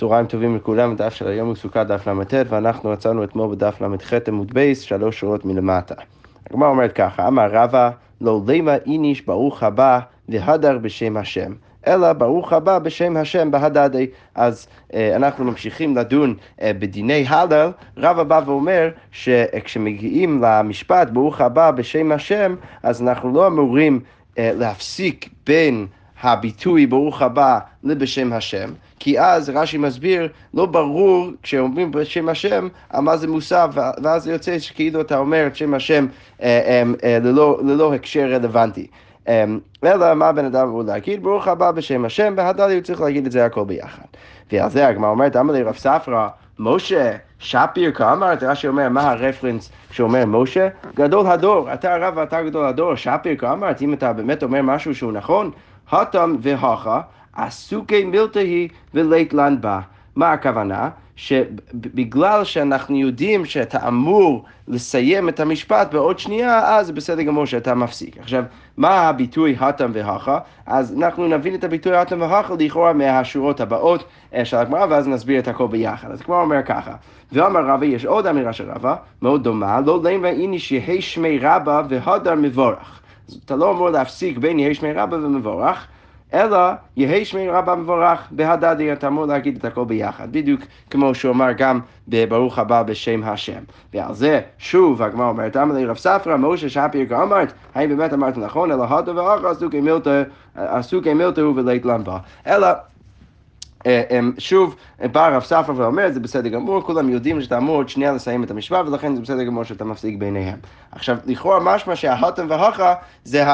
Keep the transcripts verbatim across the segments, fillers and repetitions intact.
צהריים טובים לכולם, דף של היום הוא סוכה דף למ"ט, ואנחנו רצינו אתמול בדף למ"ח עמוד בייס, שלוש שורות מלמטה. הגמרא אומרת ככה, אמר רבא, לא למה איניש ברוך הבא והדר בשם השם, אלא ברוך הבא בשם השם בהדדי. אז אה, אנחנו ממשיכים לדון אה, בדיני הלל. רבא בא ואומר שכשמגיעים למשפט ברוך הבא בשם השם, אז אנחנו לא אמורים אה, להפסיק בין הביטוי ברוך הבא לבשם השם, כי אז רש"י מסביר, לא ברור כשאומרים בשם השם, מה זה מוסף, ואז זה יוצא שכאילו אתה אומר את שם השם אה, אה, ללא, ללא הקשר רלוונטי. אה, אלא מה בן אדם אמור להגיד? ברוך הבא בשם השם, בהדדי הוא צריך להגיד את זה הכל ביחד. ועל זה הגמרא אומרת, אמר לי רב ספרא, משה שפיר כאמרת, רש"י אומר, מה הרפרנס שאומר משה? גדול הדור, אתה הרב ואתה גדול הדור, שפיר כאמרת, אם אתה באמת אומר משהו שהוא נכון, התם והכה, עסוקי מילתהי ולית לן בה. מה הכוונה? שבגלל שאנחנו יודעים שאתה אמור לסיים את המשפט בעוד שנייה, אז בסדר גמור שאתה מפסיק. עכשיו, מה הביטוי התם והכה? אז אנחנו נבין את הביטוי התם והכה לכאורה מהשורות הבאות של הגמרא, ואז נסביר את הכל ביחד. אז כמו אומר ככה, ואמר רבא, יש עוד אמירה של רבא, מאוד דומה, לא למה איניש יהי שמי רבא והדר מבורך. אז אתה לא אמור להפסיק בין יהי שמי רבא ומבורך, אלא יהי שמי רבא מבורך בהדדי, אתה אמור להגיד את הכל ביחד, בדיוק כמו שהוא אמר גם בברוך הבא בשם השם. ועל זה שוב הגמרא אומרת, אמר לי רב ספרא, משה שפיר כאמרת, האם באמת אמרת נכון, אלא התם והכה עסוקי מילתהו ולית לן בה. אלא שוב, בא רב ספרא ואומר, זה בסדר גמור, כולם יודעים שאתה אמור עוד שנייה לסיים את המשפט, ולכן זה בסדר גמור שאתה מפסיק ביניהם. עכשיו, לכאורה משמע שההתם והכה זה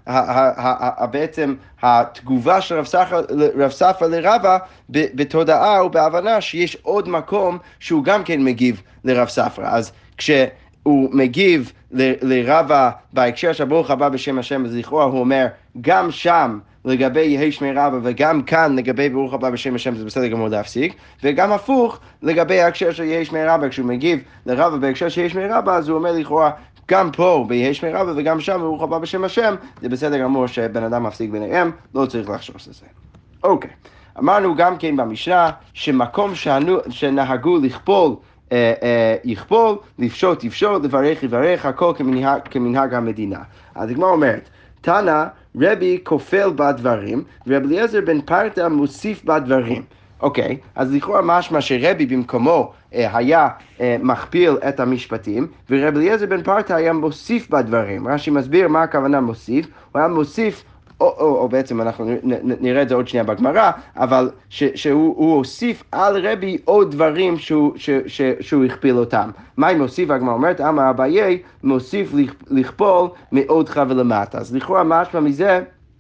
בעצם התגובה של רב ספרא לרבא בתודעה ובהבנה שיש עוד מקום שהוא גם כן מגיב לרב ספרא. אז כשהוא מגיב לרבא בהקשר של ברוך הבא בשם השם, אז לכאורה הוא אומר, גם שם לגבי יהי שמי רבא וגם כאן לגבי ברוך הבא בשם השם זה בסדר גמור להפסיק, וגם הפוך לגבי ההקשר של יהי שמי רבא, כשהוא מגיב לרבא בהקשר של יהי שמי רבא, אז הוא אומר לכאורה גם פה ביהי שמי רבא וגם שם ברוך הבא בשם השם, זה בסדר גמור שבן אדם מפסיק ביניהם, לא צריך לחשוש לזה. אוקיי, אמרנו גם כן במשנה שמקום שענו, שנהגו לכפול אה, אה, יכפול, לפשוט יפשוט, לברך יברך, הכל כמנהג, כמנהג המדינה. אז הגמרא אומרת, תנא רבי כופל בדברים, ורבי אליעזר בן פרתא מוסיף בדברים. אוקיי, אז לכאורה משמע שרבי במקומו אה, היה אה, מכפיל את המשפטים, ורבי אליעזר בן פרתא היה מוסיף בדברים. רש"י מסביר מה הכוונה מוסיף, הוא היה מוסיף, או, או, או בעצם אנחנו נ, נ, נראה את זה עוד שנייה בגמרא, אבל ש, שהוא הוסיף על רבי עוד דברים שהוא, ש, ש, שהוא הכפיל אותם. מה היא מוסיף? הגמרא אומרת, אמר אביי מוסיף לכפול מעודך ולמטה. אז לכאורה משמע מזה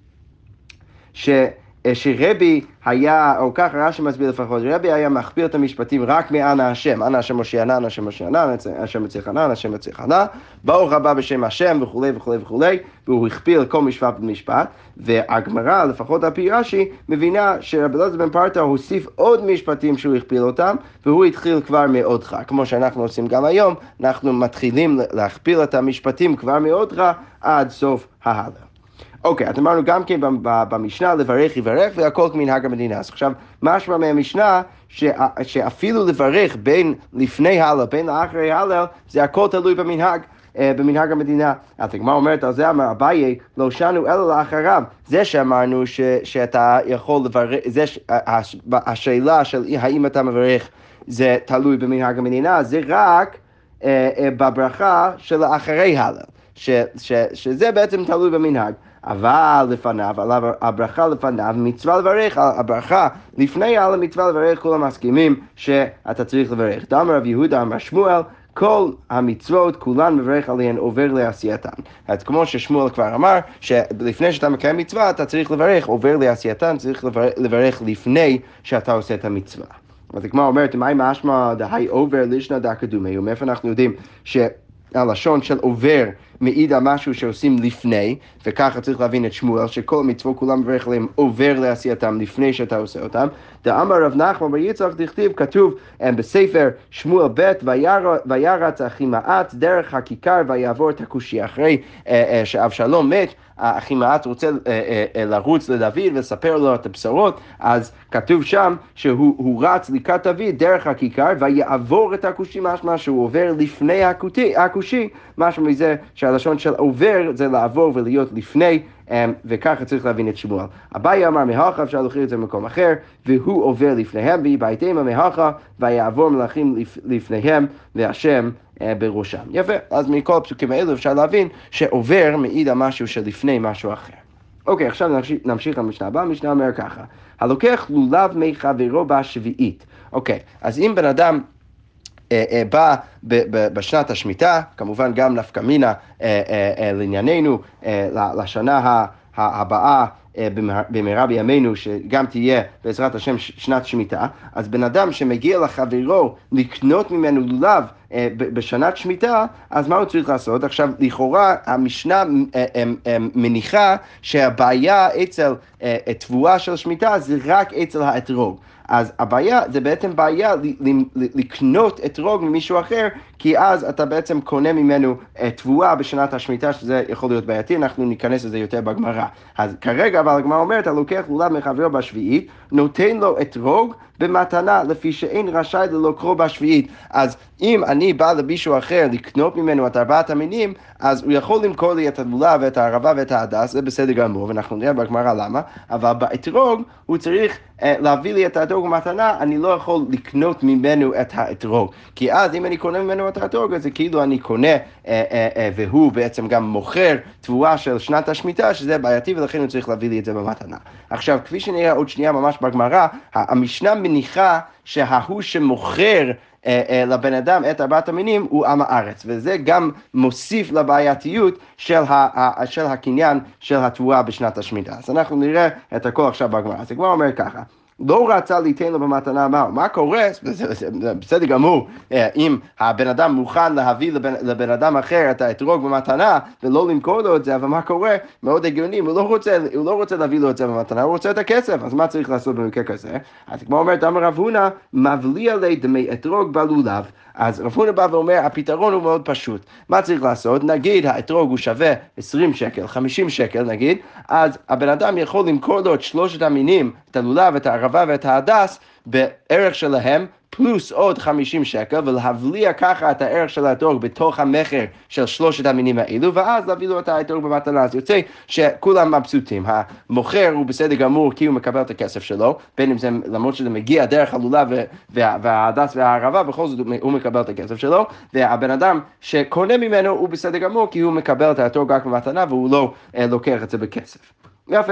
ש... שרבי היה, או ככה רש"י מסביר לפחות, רבי היה מכפיל את המשפטים רק מאנה השם, אנה השם מושיענה, אנה השם מושיענה, השם מצליחנה, אנה השם מצליחנה, ברוך הבא בשם השם וכו' וכו' וכו', והוא הכפיל כל משפט במשפט, והגמרא, לפחות על פי רש"י, מבינה שרבי אליעזר בן פרתא הוסיף עוד משפטים שהוא הכפיל אותם, והוא התחיל כבר מעודך, כמו שאנחנו עושים גם היום, אנחנו מתחילים להכפיל את המשפטים כבר מעודך עד סוף ההלל. אוקיי, אז אמרנו גם כן במשנה לברך יברך והכל כמנהג המדינה. אז עכשיו, משמע מהמשנה שאפילו לברך בין לפני הלל, בין לאחרי הלל, זה הכל תלוי במנהג, במנהג המדינה. אז הגמרא אומרת על זה, אמר אביי, לא שנו אלא לאחריו. זה שאמרנו שאתה יכול לברך, זה השאלה של האם אתה מברך זה תלוי במנהג המדינה, זה רק בברכה של האחרי הלל, שזה בעצם תלוי במנהג. אבל לפניו, על הברכה לפניו, מצווה לברך, הברכה לפני על המצווה לברך, כולם מסכימים שאתה צריך לברך. דאמר רב יהודה אמר שמואל, כל המצוות, כולן מברך עליהן עובר לעשייתן. אז כמו ששמואל כבר אמר, שלפני שאתה מקיים מצווה, אתה צריך לברך, עובר לעשייתן, צריך לברך לפני שאתה עושה את המצווה. אז כמו אומרת, מה עם משמע דהי עובר לישנא דקדומי, ומאיפה אנחנו יודעים ש... הלשון של עובר מעיד על משהו שעושים לפני, וככה צריך להבין את שמואל, שכל מצוות כולם מברך עליהם עובר לעשייתם לפני שאתה עושה אותם. דאמר רב נחמן בר יצחק דכתיב, כתוב בספר שמואל ב' וירץ אחימעץ דרך הכיכר ויעבור את הכושי. אחרי שאבשלום מת, אחימעץ רוצה לרוץ לדוד ולספר לו את הבשורות, אז כתוב שם שהוא רץ לקראת דוד דרך הכיכר ויעבור את הכושי, משמע שהוא עובר לפני הכושי, משמע מזה שהלשון של עובר זה לעבור ולהיות לפני, וככה צריך להבין את שמואל. אביי אמר מהכה, אפשר להוכיח את זה במקום אחר, והוא עובר לפניהם, והיא בהתאמה מהכה, ויעבור מלאכים לפניהם, והשם בראשם. יפה, אז מכל הפסוקים האלו אפשר להבין שעובר מעיד על משהו שלפני משהו אחר. אוקיי, עכשיו נמשיך, נמשיך למשנה הבאה. המשנה אומר ככה, הלוקח לולב מחברו בשביעית. אוקיי, אז אם בן אדם אה, אה, בא ב, ב, בשנת השמיטה, כמובן גם נפקא מינה אה, אה, אה, לענייננו, אה, לשנה הבאה, במהרה בימינו, שגם תהיה בעזרת השם שנת שמיטה, אז בן אדם שמגיע לחברו לקנות ממנו לולב בשנת שמיטה, אז מה הוא צריך לעשות? עכשיו, לכאורה, המשנה מניחה שהבעיה אצל תבואה של שמיטה זה רק אצל האתרוג. אז הבעיה, זה בעצם בעיה לקנות אתרוג ממישהו אחר, כי אז אתה בעצם קונה ממנו תבואה בשנת השמיטה, שזה יכול להיות בעייתי, אנחנו ניכנס לזה יותר בגמרא. אז כרגע, אבל הגמרא אומרת, הלוקח לולב מחברו בשביעית, נותן לו אתרוג במתנה, לפי שאין רשאי ללוקחו בשביעית. אז אם אני בא למישהו אחר לקנות ממנו את ארבעת המינים, אז הוא יכול למכור לי את הלולב ואת הערבה ואת ההדס, זה בסדר גמור, ואנחנו נראה בגמרא למה, אבל באתרוג הוא צריך אה, להביא לי את האתרוג במתנה, אני לא יכול לקנות ממנו את האתרוג, כי אז אם אני קונה ממנו את האתרוג, אז זה כאילו אני קונה, אה, אה, אה, והוא בעצם גם מוכר תבואה של שנת השמיטה, שזה בעייתי, ולכן הוא צריך להביא לי את זה במתנה. עכשיו, כפי שנראה עוד שנייה ממש בגמרא, המשנה מניחה שההוא שמוכר לבן אדם את ארבעת המינים הוא עם הארץ, וזה גם מוסיף לבעייתיות של, ה, של הקניין של התבואה בשנת השמיטה. אז אנחנו נראה את הכל עכשיו בגמרא. אז הגמרא אומר ככה, לא רצה ליתן לו במתנה, מה, מה קורה? בסדר גמור, אם הבן אדם מוכן להביא לבן, לבן אדם אחר את האתרוג במתנה ולא למכור לו את זה, אבל מה קורה? מאוד הגיוני, הוא לא רוצה, הוא לא רוצה להביא לו את זה במתנה, הוא רוצה את הכסף, אז מה צריך לעשות במקרה כזה? אז כמו אומרת, אמר רב הונא, מבליע לי דמי אתרוג בלולב. אז רב הונא בא ואומר, הפתרון הוא מאוד פשוט. מה צריך לעשות? נגיד האתרוג הוא שווה עשרים שקל, חמישים שקל נגיד, אז הבן אדם יכול למכור לו את שלושת המינים, את הלולב, את הערבה ואת ההדס, בערך שלהם, פלוס עוד חמישים שקל, ולהבליע ככה את הערך של האתרוג בתוך המחר של שלושת המינים האלו, ואז להביא לו את האתרוג במתנה. אז יוצא שכולם מבסוטים. המוכר הוא בסדר גמור כי הוא מקבל את הכסף שלו, בין אם זה, למרות שזה מגיע דרך הלולב וההדס והערבה, בכל זאת הוא מקבל את הכסף שלו, והבן אדם שקונה ממנו הוא בסדר גמור כי הוא מקבל את האתרוג רק במתנה, והוא לא אה, לוקח את זה בכסף. יפה.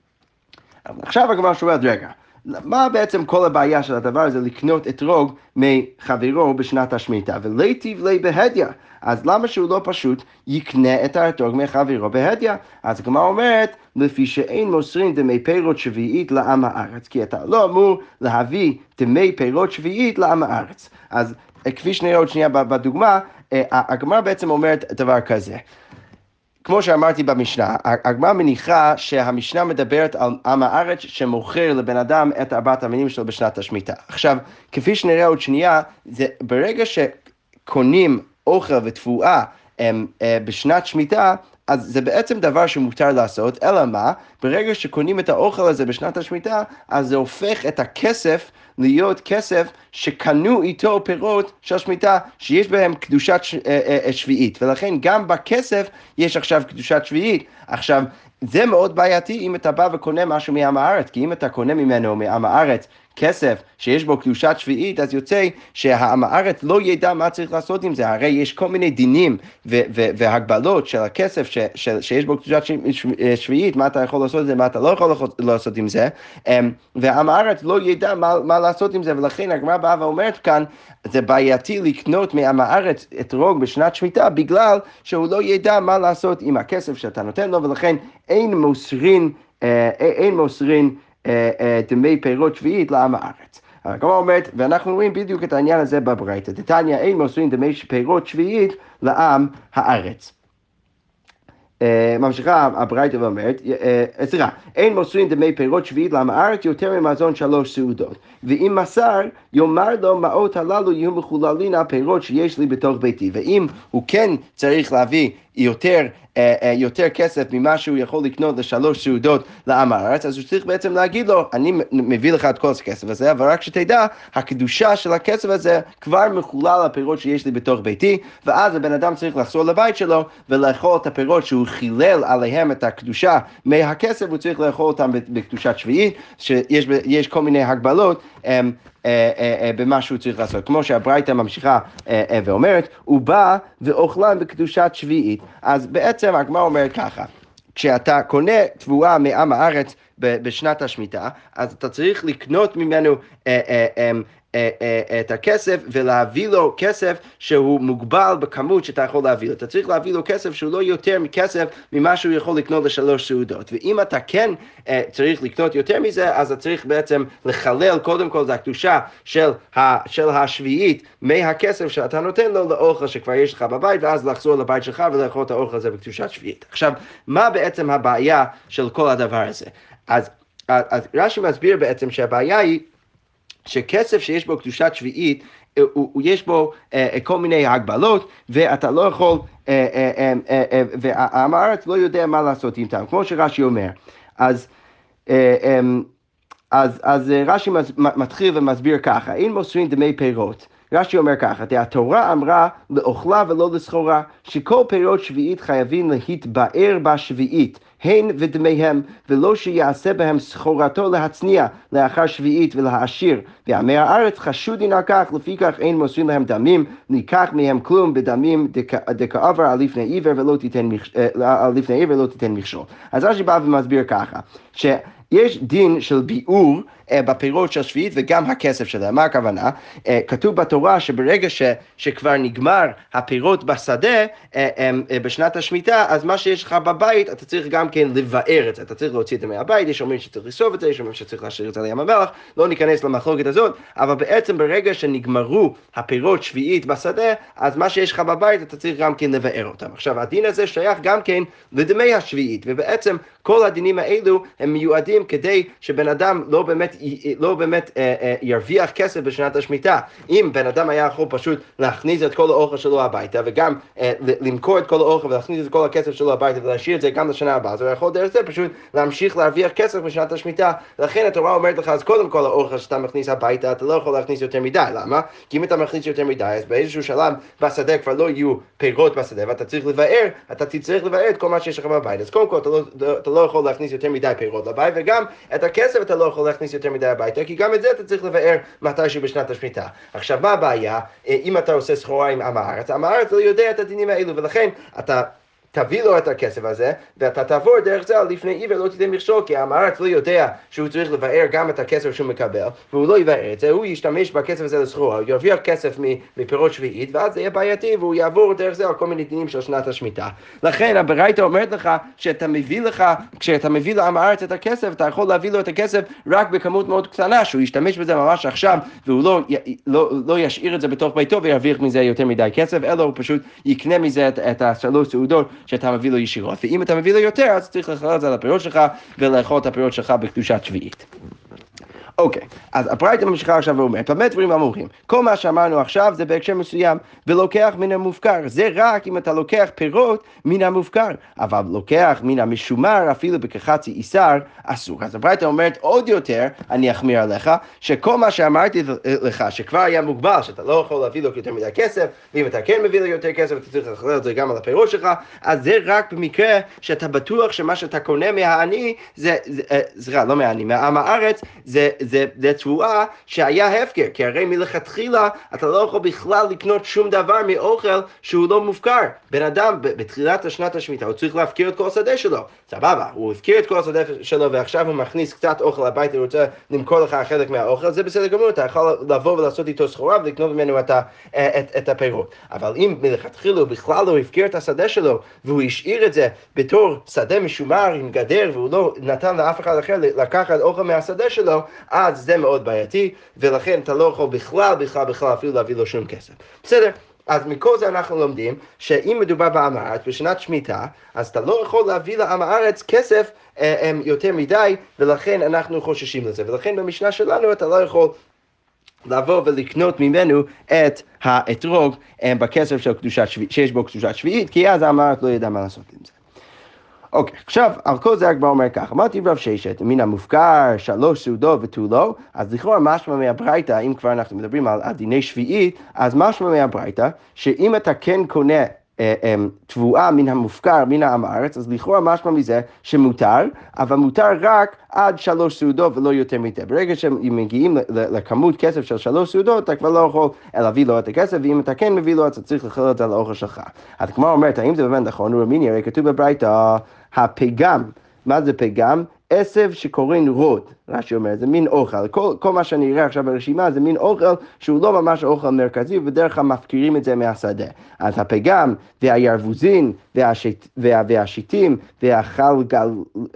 עכשיו הגמרא שואלת, רגע, מה בעצם כל הבעיה של הדבר הזה לקנות אתרוג מחברו בשנת השמיטה? ולהיטיב לי בהדיא. אז למה שהוא לא פשוט יקנה את האתרוג מחברו בהדיא? אז הגמרא אומרת, לפי שאין מוסרים דמי פירות שביעית לעם הארץ, כי אתה לא אמור להביא דמי פירות שביעית לעם הארץ. אז כפי שנראה עוד שנייה בדוגמה, הגמרא בעצם אומרת דבר כזה. כמו שאמרתי במשנה, הגמרא מניחה שהמשנה מדברת על עם הארץ שמוכר לבן אדם את ארבעת המינים שלו בשנת השמיטה. עכשיו, כפי שנראה עוד שנייה, זה ברגע שקונים אוכל ותבואה הם, בשנת שמיטה, אז זה בעצם דבר שמותר לעשות, אלא מה? ברגע שקונים את האוכל הזה בשנת השמיטה, אז זה הופך את הכסף להיות כסף שקנו איתו פירות של שמיטה, שיש בהם קדושת שביעית, ולכן גם בכסף יש עכשיו קדושת שביעית. עכשיו, זה מאוד בעייתי אם אתה בא וקונה משהו מעם הארץ, כי אם אתה קונה ממנו מעם הארץ כסף שיש בו קדושת שביעית, אז יוצא שהעם הארץ לא ידע מה צריך לעשות עם זה. הרי יש כל מיני דינים ו- ו- והגבלות של הכסף ש- ש- שיש בו קדושת שביעית, מה אתה יכול לעשות עם זה, מה אתה לא יכול לעשות עם זה, והעם הארץ לא ידע מה, מה לעשות עם זה, ולכן הגמרא באה ואומרת כאן, זה בעייתי לקנות מעם הארץ אתרוג בשנת שמיטה, בגלל שהוא לא ידע מה לעשות עם הכסף שאתה נותן לו, ולכן אין מוסרין, אין מוסרין, דמי פירות שביעית לעם הארץ. הגמרא אומרת, ואנחנו רואים בדיוק את העניין הזה בברייתא, דתניא אין מוסרין דמי פירות שביעית לעם הארץ. ממשיכה הברייתא ואומרת, סליחה, אין מוסרים דמי פירות שביעית לעם הארץ יותר ממזון שלוש סעודות. ואם מסר, יאמר לו, מעות הללו יהיו מחוללין הפירות שיש לי בתוך ביתי. ואם הוא כן צריך להביא יותר, יותר כסף ממה שהוא יכול לקנות לשלוש סעודות לעם הארץ, אז הוא צריך בעצם להגיד לו, אני מביא לך את כל הכסף הזה, אבל רק שתדע, הקדושה של הכסף הזה כבר מחולל הפירות שיש לי בתוך ביתי, ואז הבן אדם צריך לחזור לבית שלו ולאכול את הפירות שהוא חילל עליהם את הקדושה מהכסף, הוא צריך לאכול אותם בקדושת שביעית, שיש כל מיני הגבלות במה שהוא צריך לעשות. כמו שהברייתא ממשיכה ואומרת, הוא בא ואוכלם בקדושת שביעית. אז בעצם הגמרא אומרת ככה, כשאתה קונה תבואה מעם הארץ בשנת השמיטה, אז אתה צריך לקנות ממנו את הכסף ולהביא לו כסף שהוא מוגבל בכמות שאתה יכול להביא לו. אתה צריך להביא לו כסף שהוא לא יותר מכסף ממה שהוא יכול לקנות לשלוש סעודות. ואם אתה כן צריך לקנות יותר מזה, אז אתה צריך בעצם לחלל קודם כל את הקדושה של, ה, של השביעית מהכסף שאתה נותן לו לאוכל שכבר יש לך בבית, ואז לחזור לבית שלך ולאכול את האוכל הזה בקדושת שביעית. עכשיו, מה בעצם הבעיה של כל הדבר הזה? אז, אז רש"י מסביר בעצם שהבעיה היא שכסף שיש בו קדושת שביעית, הוא, הוא, יש בו אה, כל מיני הגבלות, ואתה לא יכול, אה, אה, אה, אה, אה, והעם הארץ לא יודע מה לעשות איתם, כמו שרש"י אומר. אז, אה, אה, אז, אז רש"י מתחיל ומסביר ככה, אין מוסרים דמי פירות. רש"י אומר ככה, התורה אמרה לאוכלה ולא לסחורה, שכל פירות שביעית חייבים להתבאר בשביעית, הן ודמיהם, ולא שיעשה בהם סחורתו להצניע לאחר שביעית ולהעשיר. ועמי הארץ חשודים על כך, לפיכך אין מוסרים להם דמים, ניקח מהם כלום בדמים דכעבר על לפני עיוור ולא תיתן, על לפני עיוור ולא תיתן מכשול. אז רש"י בא ומסביר ככה, ש... יש דין של ביאור uh, בפירות של שביעית וגם הכסף שלהם. מה הכוונה? Uh, כתוב בתורה שברגע ש, שכבר נגמר הפירות בשדה uh, um, uh, בשנת השמיטה, אז מה שיש לך בבית אתה צריך גם כן לבאר את זה. אתה צריך להוציא את זה מהבית, יש אומרים שצריך לסוף את זה, יש אומרים שצריך להשאיר את זה לים המלח, לא ניכנס למחלוקת הזאת, אבל בעצם ברגע שנגמרו הפירות שביעית בשדה, אז מה שיש לך בבית אתה צריך גם כן לבאר אותם. עכשיו הדין הזה שייך גם כן לדמי השביעית, ובעצם כל הדינים האלו הם מיועדים כדי שבן אדם לא באמת, לא באמת אה, אה, ירוויח כסף בשנת השמיטה. אם בן אדם היה יכול פשוט להכניס את כל האוכל שלו הביתה, וגם אה, למכור את כל האוכל ולהכניס את כל הכסף שלו הביתה ולהשאיר את זה גם לשנה הבאה, אז הוא יכול דרך זה פשוט להמשיך להרוויח כסף בשנת השמיטה. לכן התורה אומרת לך, אז קודם כל האוכל שאתה מכניס הביתה, אתה לא יכול להכניס יותר מדי. למה? כי אם אתה מכניס יותר מדי, אז באיזשהו שלב בשדה כבר לא יהיו פירות בשדה, ואתה צריך לבאר, אתה תצטרך לבאר את כל מה שיש לך בבית. אז קודם כל אתה לא, אתה לא יכול להכניס יותר מדי פירות לבית, וגם את הכסף אתה לא יכול להכניס יותר מדי הביתה, כי גם את זה אתה צריך לבאר מתישהו בשנת השמיטה. עכשיו, מה הבעיה? אם אתה עושה סחורה עם עם הארץ, עם הארץ לא יודע את הדינים האלו, ולכן אתה תביא לו את הכסף הזה, ואתה תעבור דרך זה לפני עיוור לא תיתן מכשול, כי עם הארץ לא יודע שהוא צריך לבאר גם את הכסף שהוא מקבל, והוא לא יבאר את זה, הוא ישתמש בכסף הזה לסחורה, הוא ירוויח כסף מפירות שביעית, ואז זה יהיה בעייתי, והוא יעבור דרך זה על כל מיני דינים של שנת השמיטה. לכן הברייתא אומרת לך, שאתה מביא לך, כשאתה מביא לעם הארץ את הכסף, אתה יכול להביא לו את הכסף רק בכמות מאוד קטנה, שהוא ישתמש בזה ממש עכשיו, והוא לא, לא, לא ישאיר את זה בתוך ביתו וירוויח מזה יותר מדי כסף, אלא הוא פשוט יקנה מזה את, את השלוש סעודות שאתה מביא לו ישירות. ואם אתה מביא לו יותר, אז צריך לחלל את זה על הפירות שלך ולאכול את הפירות שלך בקדושת שביעית. אוקיי, אז הברייתא ממשיכה עכשיו ואומרת, באמת דברים אמורים, כל מה שאמרנו עכשיו זה בהקשר מסוים, ולוקח מן המופקר, זה רק אם אתה לוקח פירות מן המופקר, אבל לוקח מן המשומר, אפילו בכחצי איסר, אסור. אז הברייתא אומרת עוד יותר, אני אחמיר עליך, שכל מה שאמרתי לך, שכבר היה מוגבל, שאתה לא יכול להביא לו יותר מדי כסף, ואם אתה כן מביא לו יותר כסף, אתה צריך לחלל את זה גם על הפירות שלך, אז זה רק במקרה שאתה בטוח שמה שאתה קונה מהעני, זה, זה, זה, לא מהעני, מהעם הארץ, זה זה, זה תבואה שהיה הפקר, כי הרי מלכתחילה אתה לא יכול בכלל לקנות שום דבר מאוכל שהוא לא מופקר. בן אדם בתחילת השנת השמיטה, הוא צריך להפקיר את כל השדה שלו. סבבה, הוא הפקיר את כל השדה שלו ועכשיו הוא מכניס קצת אוכל הביתה, הוא רוצה למכור לך חלק מהאוכל, זה בסדר גמור, אתה יכול לבוא ולעשות איתו סחורה ולקנות ממנו את, ה, את, את הפירות. אבל אם מלכתחילה הוא בכלל לא הפקיר את השדה שלו, והוא השאיר את זה בתור שדה משומר עם גדר, והוא לא נתן לאף אחד אחר לקחת אוכל מהשדה שלו, אז זה מאוד בעייתי, ולכן אתה לא יכול בכלל, בכלל, בכלל אפילו להביא לו שום כסף. בסדר? אז מכל זה אנחנו לומדים שאם מדובר בעם הארץ בשנת שמיטה, אז אתה לא יכול להביא לעם הארץ כסף אה, יותר מדי, ולכן אנחנו חוששים לזה. ולכן במשנה שלנו אתה לא יכול לבוא ולקנות ממנו את האתרוג בכסף של קדושת שביעית, שיש בו קדושת שביעית, כי אז העם הארץ לא ידע מה לעשות עם זה. אוקיי, עכשיו, על כל זה הגמרא אומר כך, אמרתי רב ששת, מן המופקר, שלוש סעודות ותו לא, אז לכאורה משמע מהברייתא, אם כבר אנחנו מדברים על דיני שביעית, אז משמע מהברייתא, שאם אתה כן קונה תבואה מן המופקר, מן העם הארץ, אז לכאורה משמע מזה שמותר, אבל מותר רק עד שלוש סעודות ולא יותר מזה. ברגע שהם מגיעים לכמות כסף של שלוש סעודות, אתה כבר לא יכול להביא לו את הכסף, ואם אתה כן מביא לו, אתה צריך לכלול את זה על האוכל שלך. אז כמו אומרת, האם זה באמת נכון? הוא רמיני, הרי כתוב בברייתא, הפגם, מה זה פגם? עשב שקוראים רוד, רש"י אומר, זה מין אוכל, כל, כל מה שאני אראה עכשיו ברשימה זה מין אוכל שהוא לא ממש אוכל מרכזי, ובדרך כלל מפקירים את זה מהשדה. אז הפגם והירבוזין והשיט, וה, והשיטים והחלג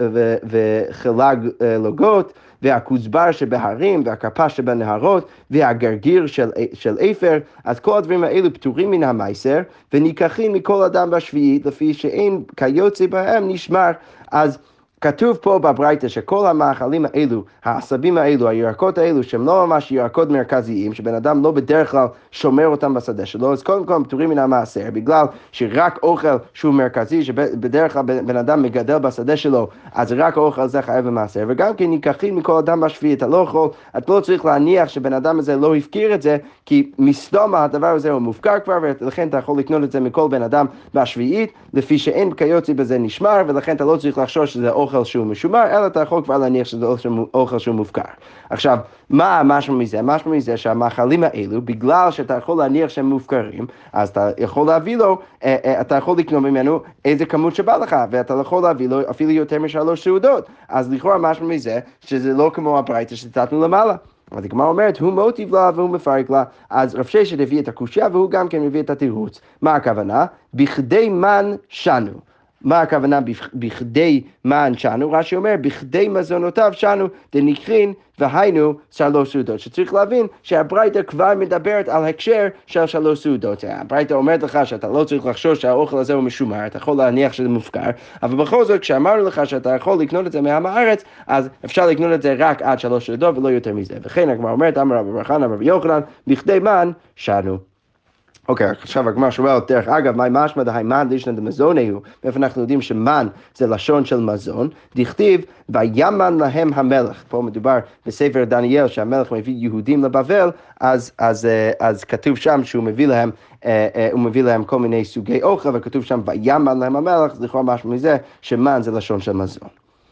וחלג לוגות והכוסבר שבהרים והכרפה שבנהרות והגרגיר של, של אפר, אז כל הדברים האלו פטורים מן המייסר וניקחים מכל אדם בשביעית לפי שאין כיוצא בהם נשמר. אז כתוב פה בברייתא שכל המאכלים האלו, העשבים האלו, הירקות האלו, שהם לא ממש ירקות מרכזיים, שבן אדם לא בדרך כלל שומר אותם בשדה שלו, אז קודם כל הם פטורים מן המעשר, בגלל שרק אוכל שהוא מרכזי, שבדרך כלל בן אדם מגדל בשדה שלו, אז רק האוכל הזה חייב במעשר, וגם כן ניקחים מכל אדם בשביעי, אתה לא יכול, אתה לא צריך להניח שבן אדם הזה לא הפקיר את זה, כי מסתום הדבר הזה הוא מופקר כבר, ולכן אתה יכול לקנות את זה מכל בן אדם בשביעית, לפי שאין כיוצא בזה נשמר, ולכן אתה לא צריך לחשוש שזה אוכל שהוא משומר, אלא אתה יכול כבר להניח שזה אוכל שהוא מופקר. עכשיו, מה משהו מזה? משהו מזה שהמאכלים האלו, בגלל שאתה יכול להניח שהם מופקרים, אז אתה יכול להביא לו, אתה יכול לקנות ממנו איזה כמות שבא לך, ואתה יכול להביא לו אפילו יותר משלוש סעודות. אז לכאורה משהו מזה, שזה לא כמו הברייתא שציטטנו למעלה. אז הגמרא אומרת, הוא מוטיב לה והוא מפרק לה, אז רב ששת הביא את הקושיה והוא גם כן מביא את התירוץ. מה הכוונה? בכדי מן שנו. מה הכוונה בכדי מן שנו? רש"י אומר, בכדי מזונותיו שנו דנקרין והיינו שלוש סעודות. שצריך להבין שהברייתא כבר מדברת על הקשר של שלוש סעודות. הברייתא אומרת לך שאתה לא צריך לחשוש שהאוכל הזה הוא משומר, אתה יכול להניח שזה מופקר, אבל בכל זאת כשאמרנו לך שאתה יכול לקנות את זה מעם הארץ, אז אפשר לקנות את זה רק עד שלוש סעודות ולא יותר מזה. וכן הגמרא אומרת, אמר רבי חנא רבי יוחנן, בכדי מן שנו. אוקיי, עכשיו הגמרא שואלת, דרך אגב, מה משמע דהי מן לישנא דמזונהו? מאיפה אנחנו יודעים שמן זה לשון של מזון? דכתיב, וימן להם המלך. פה מדובר בספר דניאל שהמלך מביא יהודים לבבל, אז, אז, אז כתוב שם שהוא מביא להם, הוא מביא להם כל מיני סוגי אוכל, וכתוב שם וימן להם המלך, זה לכאורה משמע מזה שמן זה לשון של מזון.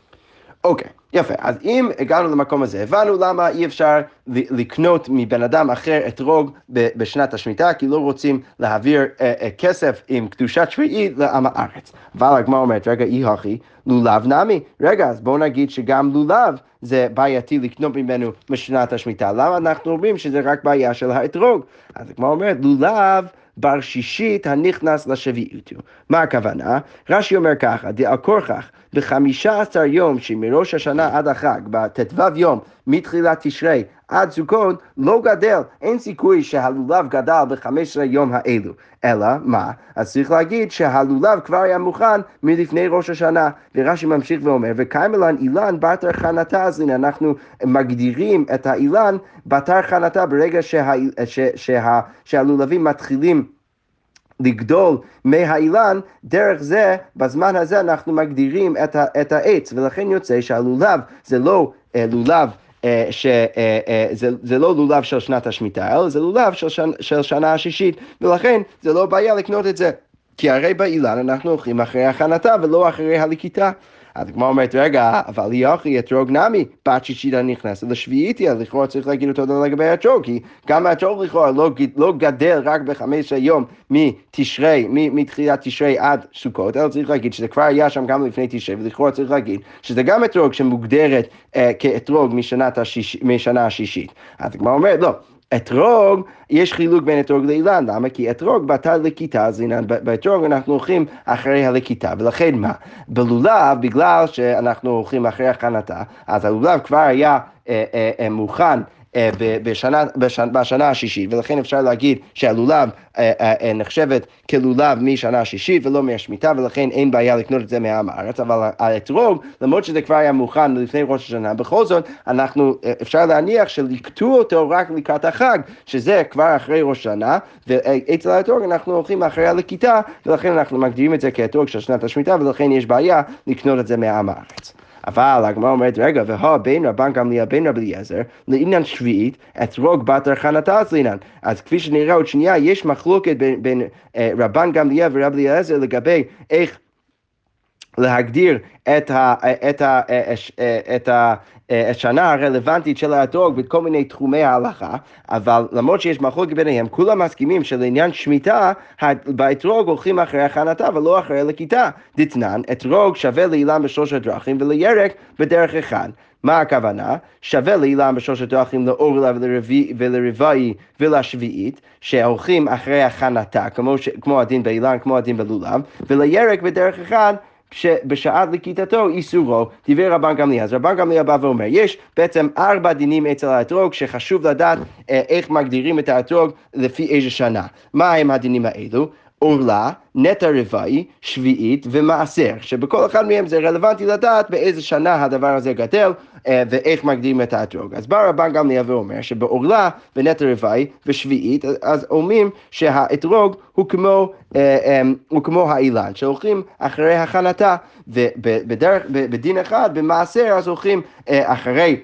אוקיי, יפה. אז אם הגענו למקום הזה, הבנו למה אי אפשר לקנות מבן אדם אחר אתרוג בשנת השמיטה, כי לא רוצים להעביר אה, אה, כסף עם קדושת שביעית לעם הארץ. אבל הגמרא אומרת, רגע, אי הכי, לולב נמי. רגע, אז בואו נגיד שגם לולב זה בעייתי לקנות ממנו בשנת השמיטה. למה אנחנו אומרים שזה רק בעיה של האתרוג? אז הגמרא אומרת, לולב בר שישית הנכנס לשביעית. מה הכוונה? רש"י אומר ככה, דעל כורכך, בחמישה עשר יום שמראש השנה עד החג, בט"ו יום מתחילת תשרי עד סוכות, לא גדל, אין סיכוי שהלולב גדל בחמש עשרה יום האלו. אלא, מה? אז צריך להגיד שהלולב כבר היה מוכן מלפני ראש השנה. ורש"י ממשיך ואומר, וקיימלן אילן בתר חנתה, אז הנה אנחנו מגדירים את האילן בתר חנתה ברגע שה, שה, שה, שהלולבים מתחילים לגדול מהאילן, דרך זה, בזמן הזה אנחנו מגדירים את, ה, את העץ, ולכן יוצא שהלולב זה לא אה, לולב, אה, ש, אה, אה, זה, זה לא לולב של שנת השמיטה, אלא זה לולב של, שנ, של שנה השישית, ולכן זה לא בעיה לקנות את זה, כי הרי באילן אנחנו הולכים אחרי הכנתה ולא אחרי הלקיטה. אז כמו אומרת, רגע, אבל יחי אתרוג נמי, בת שישית הנכנסת לשביעיתי, אז לכאורה צריך להגיד אותו דבר לגבי האתרוג, כי גם האתרוג לכאורה לא, לא גדל רק בחמש יום מתשרי, מתחילת תשרי עד סוכות, אלא צריך להגיד שזה כבר היה שם גם לפני תשרי, ולכאורה צריך להגיד שזה גם אתרוג שמוגדרת אה, כאתרוג השיש, משנה השישית. אז כמו אומרת, לא. אתרוג, יש חילוק בין אתרוג לאילן, למה? כי אתרוג בתר לקיטה, אז הנה, באתרוג אנחנו הולכים אחרי הלקיטה, ולכן מה? בלולב, בגלל שאנחנו הולכים אחרי הכנתה, אז הלולב כבר היה אה, אה, אה, מוכן, בשנה, בשנה, בשנה השישית, ולכן אפשר להגיד שהלולב נחשבת כלולב משנה השישית ולא מהשמיטה, ולכן אין בעיה לקנות את זה מהעם הארץ, אבל האתרוג, למרות שזה כבר היה מוכן לפני ראש השנה, בכל זאת, אנחנו, אפשר להניח שלקטו אותו רק לקראת החג, שזה כבר אחרי ראש השנה, ואצל האתרוג אנחנו הולכים אחרי הלקיטה, ולכן אנחנו מגדירים את זה כאתרוג של שנת השמיטה, ולכן יש בעיה לקנות את זה מהעם הארץ. אבל הגמרא אומרת, רגע, והוא בין רבן גמליאל בין רבי אליעזר, לעניין שביעית, אתרוג בתר חנתה אצלינן. אז כפי שנראה עוד שנייה, יש מחלוקת בין, בין אה, רבן גמליאל ורבי אליעזר לגבי איך להגדיר את ה, את ה, את ה, השנה הרלוונטית של האתרוג בכל מיני תחומי ההלכה, אבל למרות שיש מחלוקת ביניהם, כולם מסכימים שלעניין שמיטה, באתרוג הולכים אחרי הכנתה ולא אחרי הלקיטה. דתנן, אתרוג שווה לאילן בשלוש דרכים ולירק בדרך אחד. מה הכוונה? שווה לאילן בשלוש דרכים לאורלה ולרבעי ולשביעית, שהולכים אחרי הכנתה, כמו, ש, כמו הדין באילן, כמו הדין בלולב, ולירק בדרך אחד, שבשעת לקיטתו איסורו, דיבר רבן גמליאל. אז רבן גמליאל בא ואומר, יש בעצם ארבע דינים אצל האתרוג שחשוב לדעת אה, איך מגדירים את האתרוג לפי איזה שנה. מה הם הדינים האלו? אורלה, נטע רבעי, שביעית ומעשר, שבכל אחד מהם זה רלוונטי לדעת באיזה שנה הדבר הזה גדל אה, ואיך מגדירים את האתרוג. אז בא רבן גמליאל ואומר שבאורלה ונטע רבעי ושביעית, אז אומרים שהאתרוג הוא כמו, אה, אה, הוא כמו האילן, שהולכים אחרי הכנתה, ובדרך, בדין אחד, במעשר, אז הולכים אה, אחרי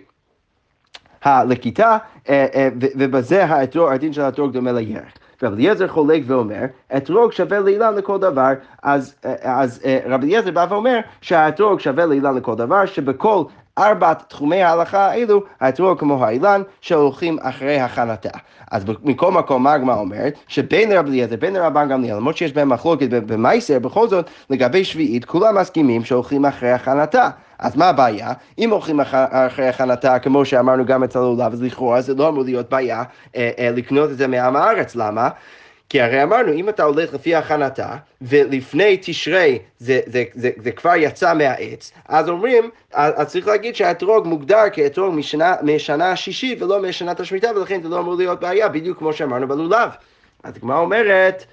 הלקיטה, אה, אה, ובזה האתרוג, הדין של האתרוג דומה לירק. רבי אליעזר חולק ואומר, אתרוג שווה לאילן לכל דבר, אז, אז רבי אליעזר בא ואומר שהאתרוג שווה לאילן לכל דבר, שבכל ארבעת תחומי ההלכה האלו, האתרוג כמו האילן, שהולכים אחרי הכנתה. אז מכל מקום, מה הגמרא אומרת? שבין רבי אליעזר, בין רבן גמליאל, למרות שיש בהם מחלוקת במייסר, בכל זאת, לגבי שביעית, כולם מסכימים שהולכים אחרי הכנתה. אז מה הבעיה? אם הולכים אחרי הכנתה, כמו שאמרנו גם אצל הלולב, אז לכאורה זה לא אמור להיות בעיה אה, אה, לקנות את זה מעם הארץ. למה? כי הרי אמרנו, אם אתה הולך לפי הכנתה, ולפני תשרי זה, זה, זה, זה כבר יצא מהעץ, אז אומרים, אז צריך להגיד שהאתרוג מוגדר כאתרוג משנה, משנה השישית ולא משנת השמיטה, ולכן זה לא אמור להיות בעיה, בדיוק כמו שאמרנו בלולב. אז כמו אומרת,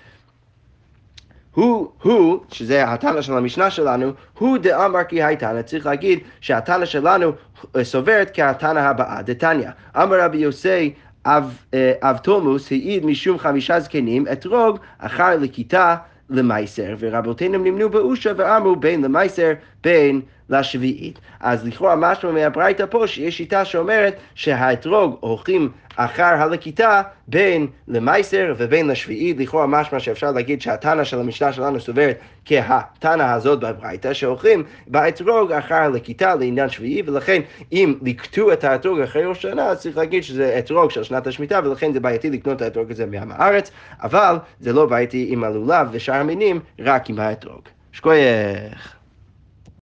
הוא, הוא, שזה התנא של המשנה שלנו, הוא דאמר כי הייתנא, צריך להגיד שהתנא שלנו סוברת כהתנא הבאה, דתניא. אמר רבי יוסי, אב, אב תולמוס העיד משום חמישה זקנים, אתרוג אחר לקיטה למייסר, ורבותינו נמנו באושה ואמרו בין למייסר בין לשביעית. אז לכאורה משהו מהברייתא פה שיש שיטה שאומרת שהאתרוג הולכים אחר הלקיטה בין למייסר ובין לשביעית. לכאורה משמע שאפשר להגיד שהתנא של המשנה שלנו סוברת כהתנא הזאת בברייתא, שהולכים באתרוג אחר הלקיטה לעניין שביעי, ולכן אם לקטו את האתרוג אחרי ראש השנה, צריך להגיד שזה אתרוג של שנת השמיטה, ולכן זה בעייתי לקנות את האתרוג הזה מעם הארץ, אבל זה לא בעייתי עם הלולב ושאר המינים, רק עם האתרוג. שכוייך.